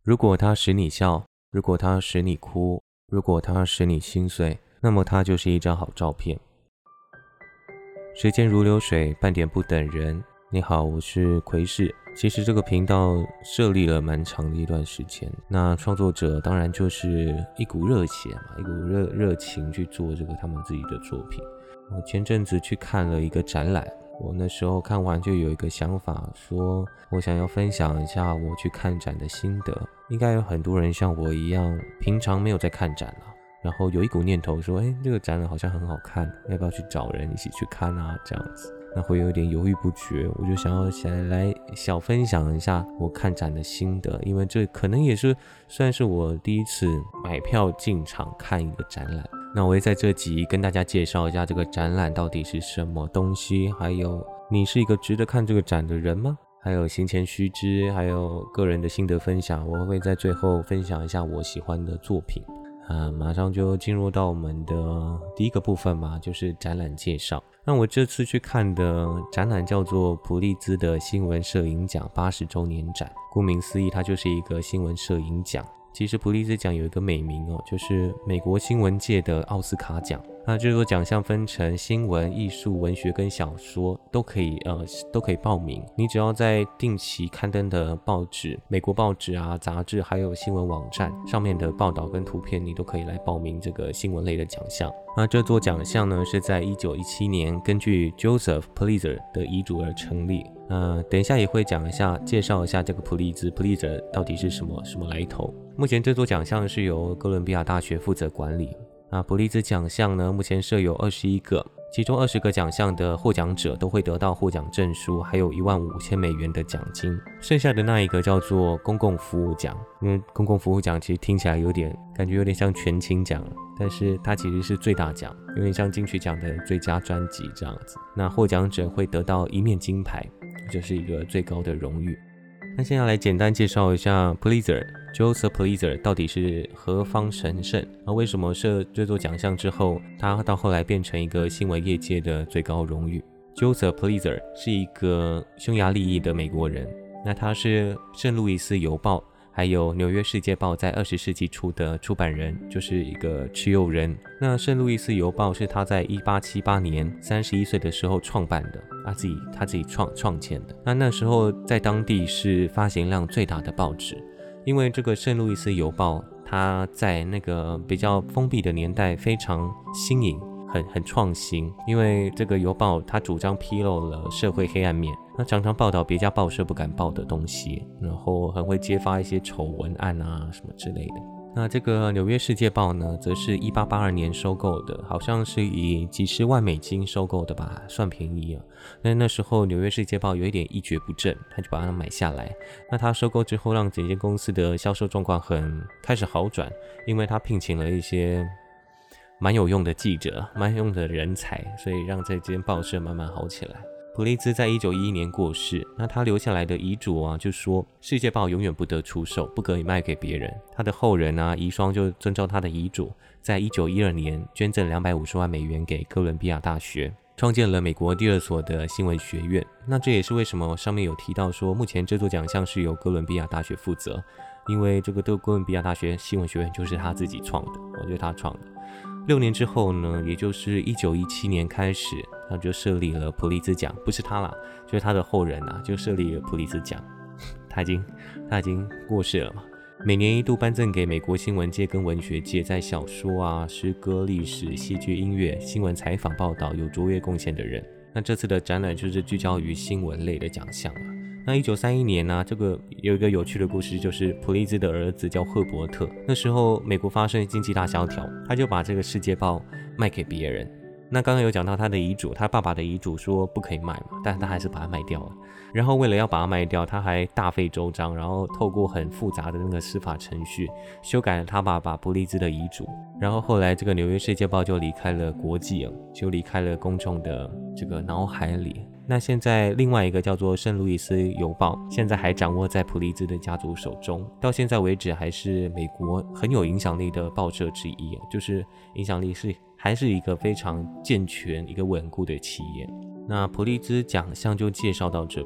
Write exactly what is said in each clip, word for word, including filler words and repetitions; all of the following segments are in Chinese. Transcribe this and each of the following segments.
如果它使你笑，如果它使你哭，如果它使你心碎，那么它就是一张好照片。时间如流水，半点不等人。你好，我是奎士。其实这个频道设立了蛮长的一段时间，那创作者当然就是一股热血嘛，一股热热情去做这个他们自己的作品。我前阵子去看了一个展览，我那时候看完就有一个想法，说我想要分享一下我去看展的心得。应该有很多人像我一样，平常没有在看展啊，然后有一股念头说，哎，这个展览好像很好看，要不要去找人一起去看啊？这样子。那会有点犹豫不决，我就想要先来小分享一下我看展的心得，因为这可能也是算是我第一次买票进场看一个展览。那我会在这集跟大家介绍一下这个展览到底是什么东西，还有你是一个值得看这个展的人吗？还有行前须知，还有个人的心得分享，我会在最后分享一下我喜欢的作品。啊，马上就进入到我们的第一个部分吧，就是展览介绍。那我这次去看的展览叫做普利兹的新闻摄影奖八十周年展。顾名思义，它就是一个新闻摄影奖。其实普利兹奖有一个美名哦，就是美国新闻界的奥斯卡奖。那这个奖项分成新闻、艺术、文学跟小说都可以呃都可以报名。你只要在定期刊登的报纸、美国报纸啊、杂志，还有新闻网站上面的报道跟图片，你都可以来报名这个新闻类的奖项。那这座奖项呢，是在一九一七年根据 Joseph Pulitzer 的遗嘱而成立。呃，等一下也会讲一下，介绍一下这个普利兹 Pulitzer 到底是什么什么来头。目前这座奖项是由哥伦比亚大学负责管理。那普利兹奖项呢，目前设有二十一个，其中二十个奖项的获奖者都会得到获奖证书，还有一万五千美元的奖金。剩下的那一个叫做公共服务奖，因为公共服务奖其实听起来有点感觉有点像全勤奖，但是它其实是最大奖，有点像金曲奖的最佳专辑这样子。那获奖者会得到一面金牌，这是一个最高的荣誉。那现在来简单介绍一下 Pulitzer Joseph Pulitzer 到底是何方神圣，而为什么设这座奖项之后，他到后来变成一个新闻业界的最高荣誉。 Joseph Pulitzer 是一个匈牙利裔的美国人，那他是圣路易斯邮报还有纽约世界报在二十世纪初的出版人，就是一个持有人。那圣路易斯邮报是他在一八七八年三十一岁的时候创办的，他自己他自己创创建的。那那时候在当地是发行量最大的报纸，因为这个圣路易斯邮报它在那个比较封闭的年代非常新颖，很很创新。因为这个邮报它主张披露了社会黑暗面，那常常报道别家报社不敢报的东西，然后很会揭发一些丑闻案啊什么之类的。那这个纽约世界报呢，则是一八八二年收购的，好像是以几十万美金收购的吧，算便宜啊。那那时候纽约世界报有一点一蹶不振，他就把它买下来。那他收购之后，让整间公司的销售状况很开始好转，因为他聘请了一些蛮有用的记者，蛮有用的人才，所以让这间报社慢慢好起来。普利兹在一九一一年过世，那他留下来的遗嘱啊，就说世界报永远不得出售，不可以卖给别人。他的后人啊，遗孀就遵照他的遗嘱，在一九一二年捐赠两百五十万美元给哥伦比亚大学，创建了美国第二所的新闻学院。那这也是为什么上面有提到说，目前这座奖项是由哥伦比亚大学负责，因为这个哥伦比亚大学新闻学院就是他自己创的，我觉得他创的。六年之后呢，也就是一九一七年开始，他就设立了普利兹奖，不是他啦，就是他的后人啊，就设立了普利兹奖。他已经他已经过世了嘛。每年一度颁赠给美国新闻界跟文学界在小说啊、诗歌、历史、戏剧、音乐、新闻采访报道有卓越贡献的人。那这次的展览就是聚焦于新闻类的奖项啊。那一九三一年呢、啊，这个有一个有趣的故事，就是普利兹的儿子叫赫伯特。那时候美国发生经济大萧条，他就把这个世界报卖给别人。那刚刚有讲到他的遗嘱，他爸爸的遗嘱说不可以卖嘛，但他还是把它卖掉了。然后为了要把它卖掉，他还大费周章，然后透过很复杂的那个司法程序，修改了他爸爸普利兹的遗嘱。然后后来这个纽约世界报就离开了国际，就离开了公众的这个脑海里。那现在另外一个叫做圣路易斯邮报，现在还掌握在普利兹的家族手中，到现在为止还是美国很有影响力的报社之一，就是影响力是还是一个非常健全、一个稳固的企业。那普利兹奖项就介绍到这边。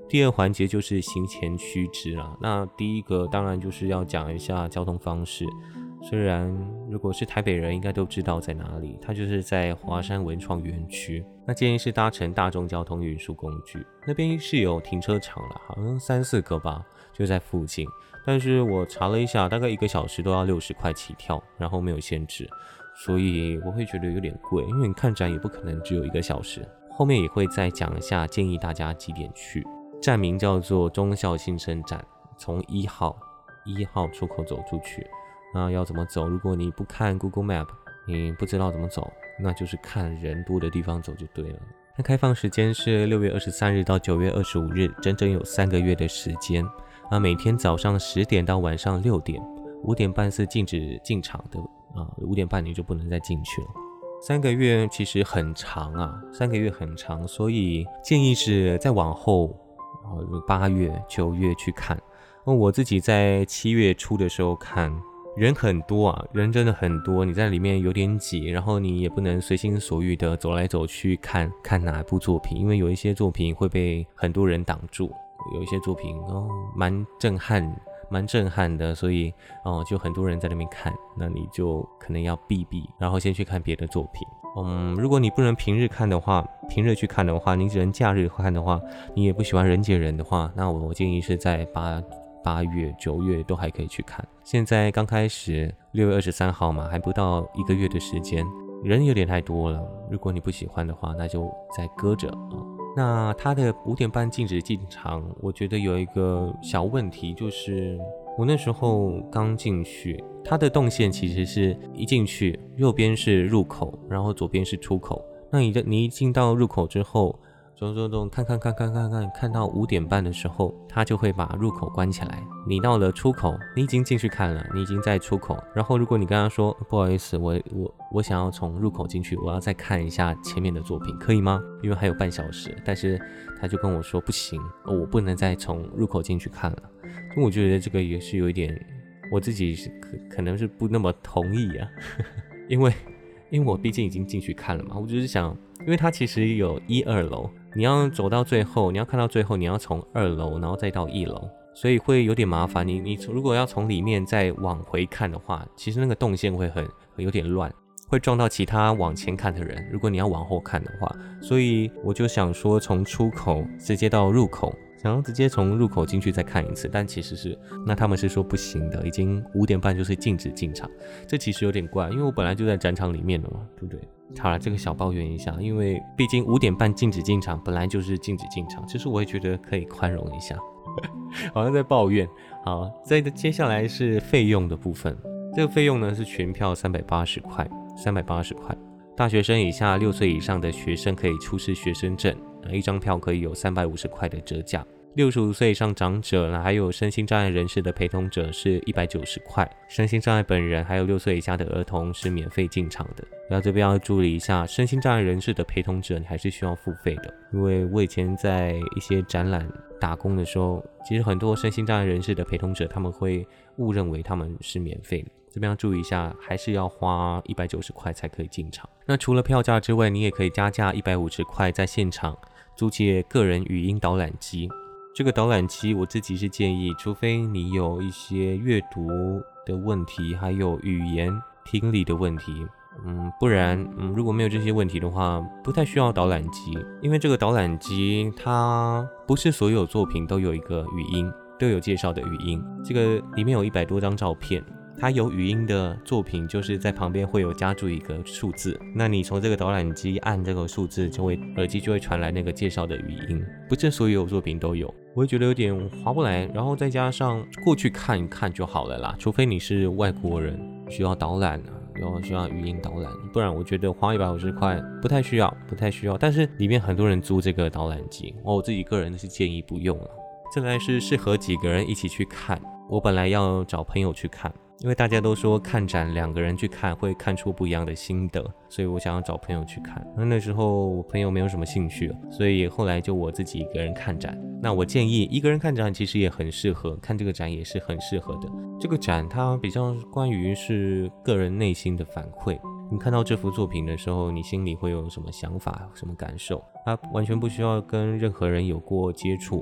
第二环节就是行前须知啦。那第一个当然就是要讲一下交通方式，虽然如果是台北人应该都知道在哪里，它就是在华山文创园区。那建议是搭乘大众交通运输工具，那边是有停车场啦，好像三四个吧，就在附近。但是我查了一下，大概一个小时都要六十块起跳，然后没有限制，所以我会觉得有点贵，因为你看展也不可能只有一个小时。后面也会再讲一下，建议大家几点去。站名叫做忠孝新生站，从一号一号出口走出去。那要怎么走？如果你不看 Google Map， 你不知道怎么走，那就是看人多的地方走就对了。那开放时间是六月二十三日到九月二十五日，整整有三个月的时间。啊，每天早上十点到晚上六点，五点半是禁止进场的啊，五点半你就不能再进去了。三个月其实很长啊，三个月很长，所以建议是再往后。八月、九月去看，我自己在七月初的时候看，人很多啊，人真的很多，你在里面有点挤，然后你也不能随心所欲的走来走去看看哪部作品，因为有一些作品会被很多人挡住，有一些作品哦蛮震撼。蛮震撼的，所以哦，就很多人在那边看，那你就可能要避避，然后先去看别的作品。嗯，如果你不能平日看的话，平日去看的话，你只能假日看的话，你也不喜欢人挤人的话，那我建议是在八八月、九月都还可以去看。现在刚开始，六月二十三号嘛，还不到一个月的时间，人有点太多了。如果你不喜欢的话，那就再搁着啊。那它的五点半禁止进场，我觉得有一个小问题，就是我那时候刚进去，它的动线其实是一进去，右边是入口，然后左边是出口。那你的你一进到入口之后，走走走，看看看看看看，看到五点半的时候，它就会把入口关起来。你到了出口，你已经进去看了，你已经在出口。然后如果你跟他说不好意思，我我我想要从入口进去，我要再看一下前面的作品，可以吗？因为还有半小时。但是他就跟我说不行，哦、我不能再从入口进去看了。所以我觉得这个也是有一点，我自己是可可能是不那么同意啊，因为因为我毕竟已经进去看了嘛，我就是想，因为它其实有一二楼。你要走到最后，你要看到最后，你要从二楼，然后再到一楼，所以会有点麻烦。你你如果要从里面再往回看的话，其实那个动线会很有点乱，会撞到其他往前看的人。如果你要往后看的话，所以我就想说，从出口直接到入口，想要直接从入口进去再看一次，但其实是那他们是说不行的，已经五点半就是禁止进场。这其实有点怪，因为我本来就在展场里面了嘛，对不对？好了，这个小抱怨一下，因为毕竟五点半禁止进场，本来就是禁止进场，其实我也觉得可以宽容一下，好像在抱怨。好，再接下来是费用的部分，这个费用呢是全票三百八十块，三百八十块。大学生以下六岁以上的学生可以出示学生证，一张票可以有三百五十块的折价。六十五岁以上长者还有身心障碍人士的陪同者是一百九十块，身心障碍本人还有六岁以下的儿童是免费进场的。然后这边要注意一下，身心障碍人士的陪同者你还是需要付费的，因为我以前在一些展览打工的时候，其实很多身心障碍人士的陪同者他们会误认为他们是免费的，这边要注意一下，还是要花一百九十块才可以进场。那除了票价之外，你也可以加价一百五十块在现场租借个人语音导览机。这个导览机我自己是建议，除非你有一些阅读的问题，还有语言听力的问题，嗯，不然，嗯，如果没有这些问题的话，不太需要导览机，因为这个导览机它不是所有作品都有一个语音，都有介绍的语音。这个里面有一百多张照片，它有语音的作品，就是在旁边会有加注一个数字，那你从这个导览机按这个数字，就会耳机就会传来那个介绍的语音，不是所有作品都有。我会觉得有点划不来，然后再加上过去看一看就好了啦，除非你是外国人需要导览啊，然后需要语音导览，不然我觉得花一百五十块不太需要，不太需要。但是里面很多人租这个导览机，我自己个人是建议不用了。再来是适合几个人一起去看，我本来要找朋友去看，因为大家都说看展两个人去看会看出不一样的心得，所以我想要找朋友去看。那那时候我朋友没有什么兴趣，所以后来就我自己一个人看展。那我建议一个人看展其实也很适合，看这个展也是很适合的。这个展它比较关于是个人内心的反馈，你看到这幅作品的时候，你心里会有什么想法，什么感受，它完全不需要跟任何人有过接触，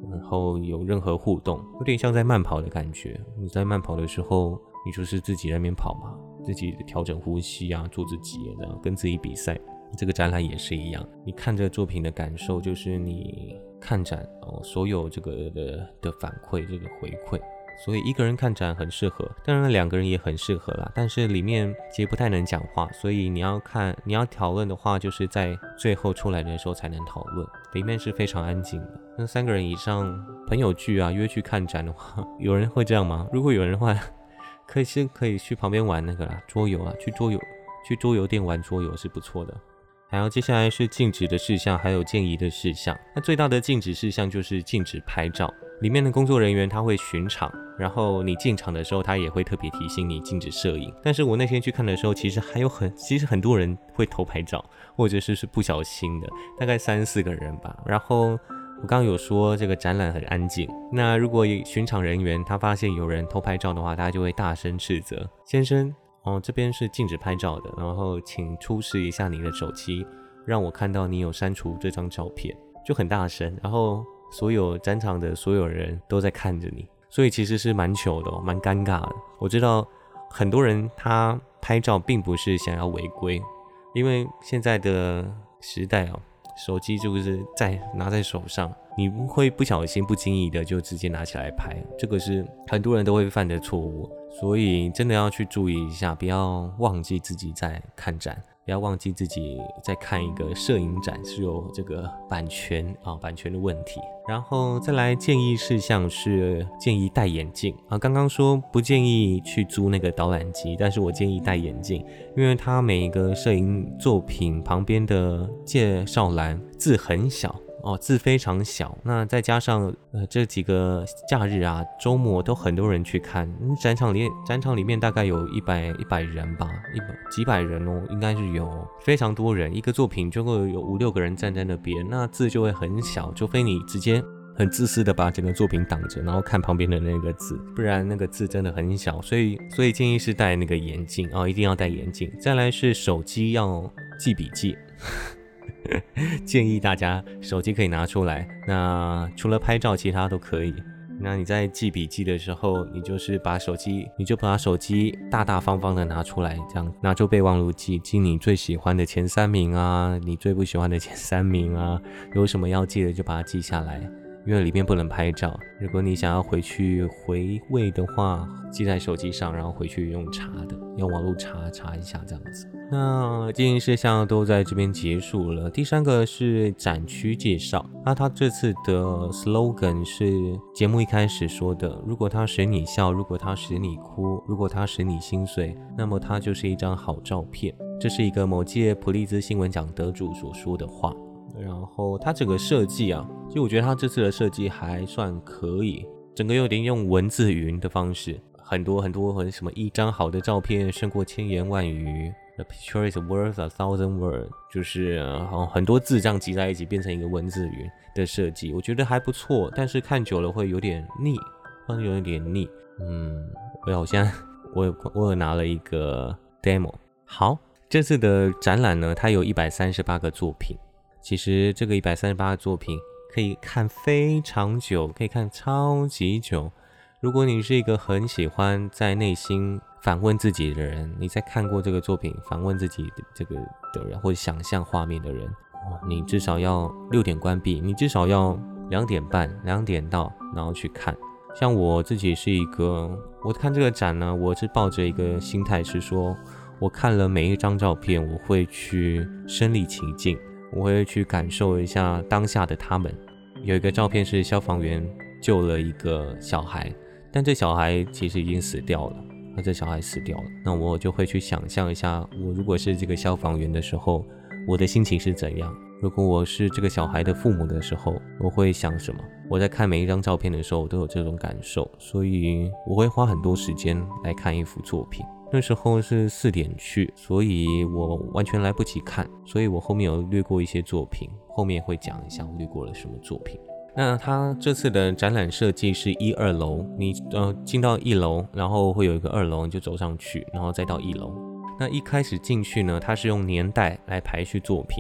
然后有任何互动，有点像在慢跑的感觉。你在慢跑的时候，你就是自己在那边跑嘛，自己调整呼吸啊，做自己，然后跟自己比赛。这个展览也是一样，你看这个作品的感受就是你看展哦，所有这个的的反馈，这个回馈。所以一个人看展很适合，当然两个人也很适合啦。但是里面其实不太能讲话，所以你要看你要讨论的话，就是在最后出来的时候才能讨论。里面是非常安静的。那三个人以上朋友聚啊，约去看展的话，有人会这样吗？如果有人的话，可以是可以去旁边玩那个啦，桌游啊，去桌游去桌游店玩桌游是不错的。还有接下来是禁止的事项，还有建议的事项。那最大的禁止事项就是禁止拍照。里面的工作人员他会巡场，然后你进场的时候他也会特别提醒你禁止摄影。但是我那天去看的时候，其实还有很其实很多人会偷拍照，或者是是不小心的，大概三四个人吧。然后我刚刚有说这个展览很安静，那如果巡场人员他发现有人偷拍照的话，大家就会大声斥责，先生哦，这边是禁止拍照的，然后请出示一下你的手机，让我看到你有删除这张照片，就很大声，然后所有展场的所有人都在看着你，所以其实是蛮糗的、哦，蛮尴尬的。我知道很多人他拍照并不是想要违规，因为现在的时代哦，手机就是在拿在手上，你不会不小心不经意的就直接拿起来拍，这个是很多人都会犯的错误，所以真的要去注意一下，不要忘记自己在看展，不要忘记自己在看一个摄影展是有这个版权啊版权的问题。然后再来建议事项是建议戴眼镜啊，刚刚说不建议去租那个导览机，但是我建议戴眼镜，因为它每一个摄影作品旁边的介绍栏字很小哦，字非常小，那再加上呃这几个假日啊周末都很多人去看，展场里展场里面大概有一百一百人吧，一百几百人哦，应该是有非常多人，一个作品就会有五六个人站在那边，那字就会很小，除非你直接很自私的把整个作品挡着，然后看旁边的那个字，不然那个字真的很小，所以所以建议是戴那个眼镜啊、哦，一定要戴眼镜。再来是手机要记笔记。建议大家手机可以拿出来，那除了拍照其他都可以。那你在记笔记的时候，你就是把手机你就把手机大大方方的拿出来，这样拿出备忘录记记你最喜欢的前三名啊，你最不喜欢的前三名啊，有什么要记的就把它记下来，因为里面不能拍照，如果你想要回去回味的话，记在手机上，然后回去用查的，用网络查查一下这样子。那建议事项都在这边结束了。第三个是展区介绍，那他这次的 slogan 是节目一开始说的，如果它使你笑，如果它使你哭，如果它使你心碎，那么它就是一张好照片。这是一个某届普利兹新闻奖得主所说的话。然后它整个设计啊，其实我觉得它这次的设计还算可以，整个有点用文字云的方式，很多很多很什么一张好的照片胜过千言万语， The picture is worth a thousand words， 就是呃很多字这样集在一起变成一个文字云的设计，我觉得还不错，但是看久了会有点腻，会有点腻。嗯，我现在我有我有拿了一个 demo。好，这次的展览呢，它有一百三十八个作品。其实这个一百三十八个作品可以看非常久，可以看超级久。如果你是一个很喜欢在内心反问自己的人，你在看过这个作品反问自己的这个的人，或者想象画面的人，你至少要六点关闭，你至少要两点半两点到，然后去看。像我自己是一个，我看这个展呢，我是抱着一个心态是说，我看了每一张照片，我会去身临其境，我会去感受一下当下的他们。有一个照片是消防员救了一个小孩，但这小孩其实已经死掉了，那这小孩死掉了，那我就会去想象一下，我如果是这个消防员的时候，我的心情是怎样？如果我是这个小孩的父母的时候，我会想什么？我在看每一张照片的时候，我都有这种感受，所以我会花很多时间来看一幅作品。那时候是四点去，所以我完全来不及看，所以我后面有略过一些作品，后面会讲一下我略过了什么作品。那它这次的展览设计是一二楼，你呃进到一楼，然后会有一个二楼，你就走上去，然后再到一楼。那一开始进去呢，它是用年代来排序作品，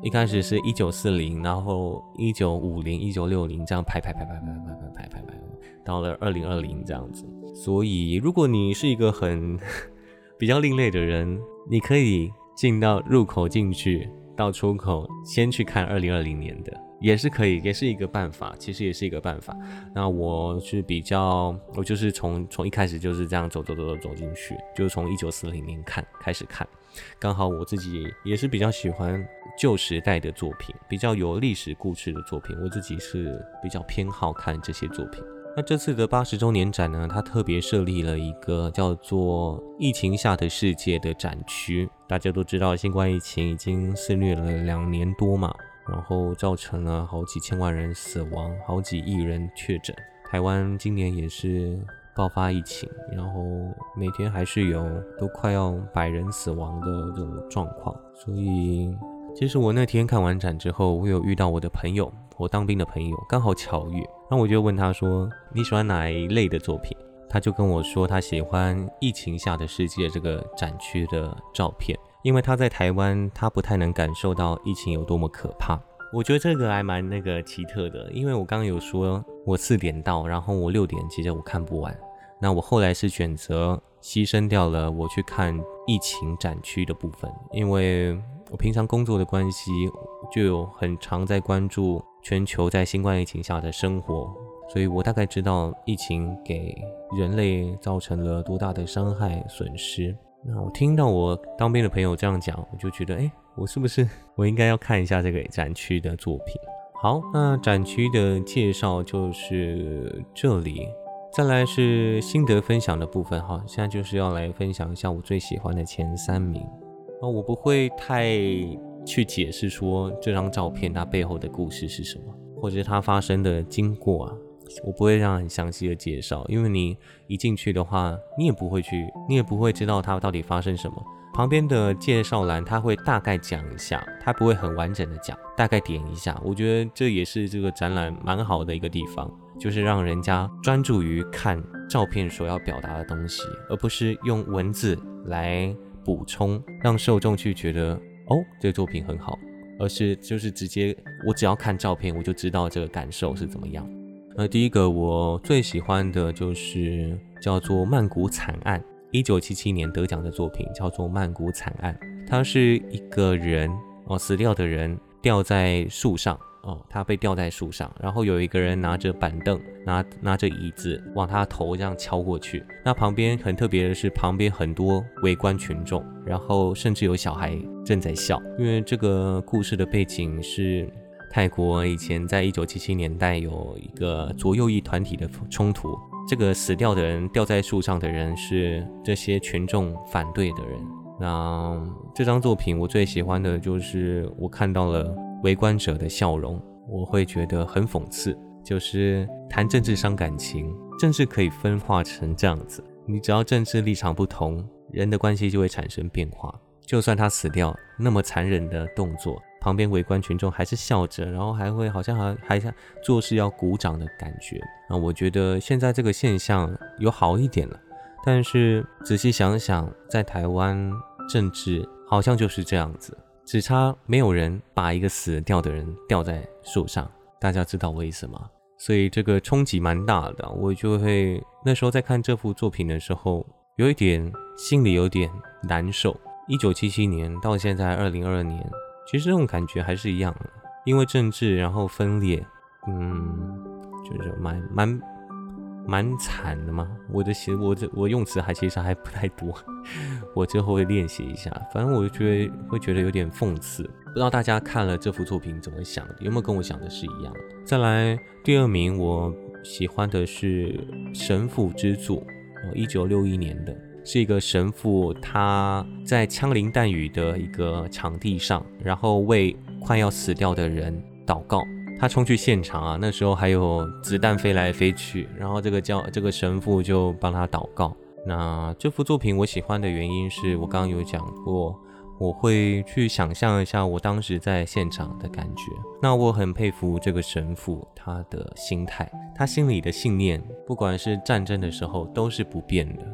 一开始是一九四零，然后一九五零、一九六零这样排排排排排排排排排排，到了二零二零这样子。所以如果你是一个很比较另类的人，你可以进到入口进去，到出口先去看二零二零年的，也是可以，也是一个办法，其实也是一个办法。那我是比较，我就是从从一开始就是这样走走走走走进去，就是从一九四零年看开始看。刚好我自己也是比较喜欢旧时代的作品，比较有历史故事的作品，我自己是比较偏好看这些作品。那这次的八十周年展呢，它特别设立了一个叫做疫情下的世界的展区。大家都知道新冠疫情已经肆虐了两年多嘛，然后造成了好几千万人死亡，好几亿人确诊。台湾今年也是爆发疫情，然后每天还是有都快要百人死亡的这种状况。所以其实我那天看完展之后，我有遇到我的朋友，我当兵的朋友，刚好巧遇，然后我就问他说你喜欢哪一类的作品，他就跟我说他喜欢疫情下的世界这个展区的照片，因为他在台湾他不太能感受到疫情有多么可怕。我觉得这个还蛮那个奇特的，因为我刚刚有说我四点到，然后我六点其实我看不完，那我后来是选择牺牲掉了我去看疫情展区的部分，因为我平常工作的关系就有很常在关注全球在新冠疫情下的生活，所以我大概知道疫情给人类造成了多大的伤害损失。那我听到我当兵的朋友这样讲，我就觉得诶，我是不是我应该要看一下这个展区的作品。好，那展区的介绍就是这里，再来是心得分享的部分哈，现在就是要来分享一下我最喜欢的前三名。哦，我不会太去解释说这张照片它背后的故事是什么，或者它发生的经过啊，我不会让很详细的介绍，因为你一进去的话，你也不会去，你也不会知道它到底发生什么。旁边的介绍栏它会大概讲一下，它不会很完整的讲，大概点一下。我觉得这也是这个展览蛮好的一个地方，就是让人家专注于看照片所要表达的东西，而不是用文字来补充，让受众去觉得哦这个作品很好，而是就是直接我只要看照片我就知道这个感受是怎么样。那第一个我最喜欢的就是叫做《曼谷惨案》，一九七七年得奖的作品叫做《曼谷惨案》。它是一个人哦，死掉的人吊在树上哦，他被吊在树上，然后有一个人拿着板凳，拿拿着椅子往他头这样敲过去。那旁边很特别的是，旁边很多围观群众，然后甚至有小孩正在笑，因为这个故事的背景是泰国以前在一九七七年代有一个左右翼团体的冲突，这个死掉的人吊在树上的人是这些群众反对的人。那这张作品我最喜欢的就是我看到了围观者的笑容，我会觉得很讽刺，就是谈政治伤感情，政治可以分化成这样子，你只要政治立场不同，人的关系就会产生变化。就算他死掉，那么残忍的动作，旁边围观群众还是笑着，然后还会好像还还做事要鼓掌的感觉。那我觉得现在这个现象有好一点了，但是仔细想想，在台湾政治好像就是这样子，只差没有人把一个死掉的人吊在树上，大家知道为什么？所以这个冲击蛮大的，我就会那时候在看这幅作品的时候，有一点心里有点难受。一九七七年到现在二零二二年，其实这种感觉还是一样的，因为政治然后分裂，嗯，就是蛮蛮蛮惨的嘛。我的写我这我用词还其实还不太多，我之后会练习一下。反正我就觉得会觉得有点讽刺，不知道大家看了这幅作品怎么想的，有没有跟我想的是一样的？再来第二名，我喜欢的是《神父之作》，一九六一年的。是一个神父，他在枪林弹雨的一个场地上，然后为快要死掉的人祷告。他冲去现场啊，那时候还有子弹飞来飞去，然后这个教这个神父就帮他祷告。那这幅作品我喜欢的原因是我刚刚有讲过，我会去想象一下我当时在现场的感觉。那我很佩服这个神父他的心态，他心里的信念，不管是战争的时候都是不变的。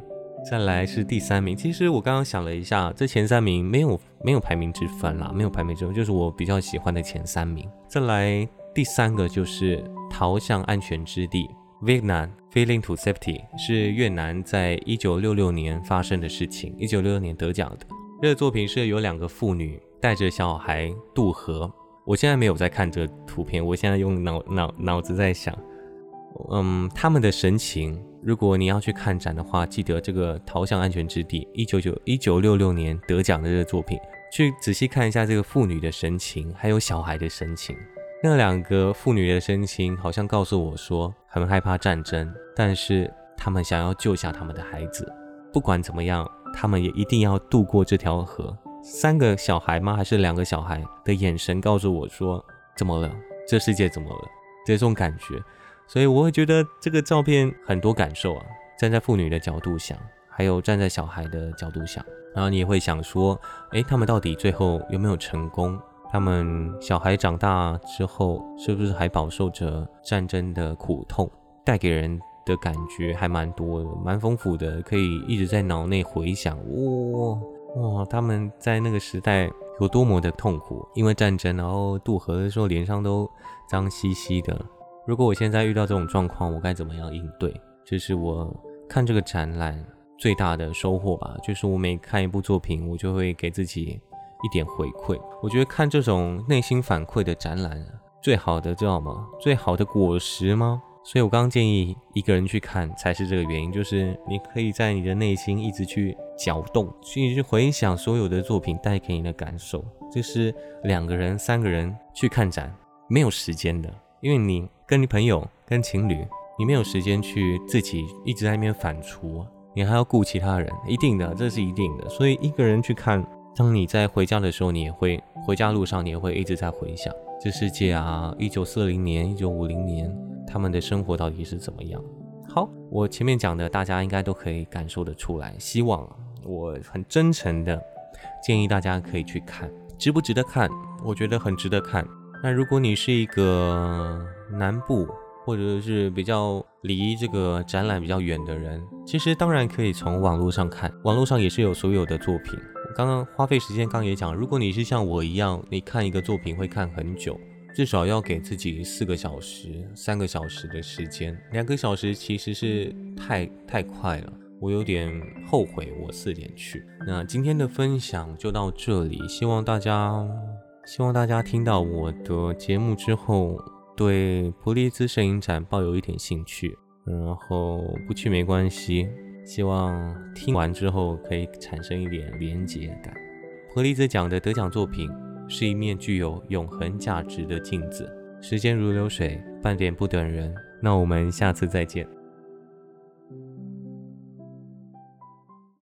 再来是第三名。其实我刚刚想了一下，这前三名没有没有排名之分啦，没有排名之分，就是我比较喜欢的前三名。再来第三个就是逃向安全之地 Vietnam Feeling to Safety， 是越南在一九六六年发生的事情，一九六六年得奖的。这个作品是有两个妇女带着小孩渡河。我现在没有在看这个图片，我现在用脑脑脑子在想，嗯，他们的神情。如果你要去看展的话，记得这个逃向安全之地一九六六年得奖的这个作品，去仔细看一下这个妇女的神情，还有小孩的神情。那两个妇女的神情好像告诉我说，很害怕战争，但是他们想要救下他们的孩子，不管怎么样，他们也一定要渡过这条河。三个小孩吗？还是两个小孩的眼神告诉我说，怎么了？这世界怎么了？这种感觉。所以我会觉得这个照片很多感受啊，站在妇女的角度想，还有站在小孩的角度想，然后你也会想说，诶，他们到底最后有没有成功？他们小孩长大之后，是不是还饱受着战争的苦痛？带给人的感觉还蛮多的，蛮丰富的，可以一直在脑内回想，哇哇，他们在那个时代有多么的痛苦，因为战争，然后渡河的时候脸上都脏兮兮的。如果我现在遇到这种状况，我该怎么样应对？这是我看这个展览最大的收获吧，就是我每看一部作品，我就会给自己一点回馈。我觉得看这种内心反馈的展览，最好的知道吗？最好的果实吗？所以我刚刚建议一个人去看才是这个原因，就是你可以在你的内心一直去搅动，去回想所有的作品带给你的感受。这是两个人、三个人去看展没有时间的，因为你跟你朋友、跟情侣，你没有时间去自己一直在那边反刍，你还要顾其他人，一定的，这是一定的。所以一个人去看，当你在回家的时候，你也会回家路上，你也会一直在回想这世界啊，一九四零年、一九五零年，他们的生活到底是怎么样。好，我前面讲的大家应该都可以感受得出来，希望我很真诚的建议大家可以去看。值不值得看？我觉得很值得看。那如果你是一个南部或者是比较离这个展览比较远的人，其实当然可以从网络上看，网络上也是有所有的作品。我刚刚花费时间刚刚也讲，如果你是像我一样，你看一个作品会看很久，至少要给自己四个小时、三个小时的时间，两个小时其实是太太快了。我有点后悔我四点去。那今天的分享就到这里，希望大家希望大家听到我的节目之后，对普利兹摄影展抱有一点兴趣，然后不去没关系，希望听完之后可以产生一点连结感。普利兹奖的得奖作品是一面具有永恒价值的镜子，时间如流水，半点不等人。那我们下次再见。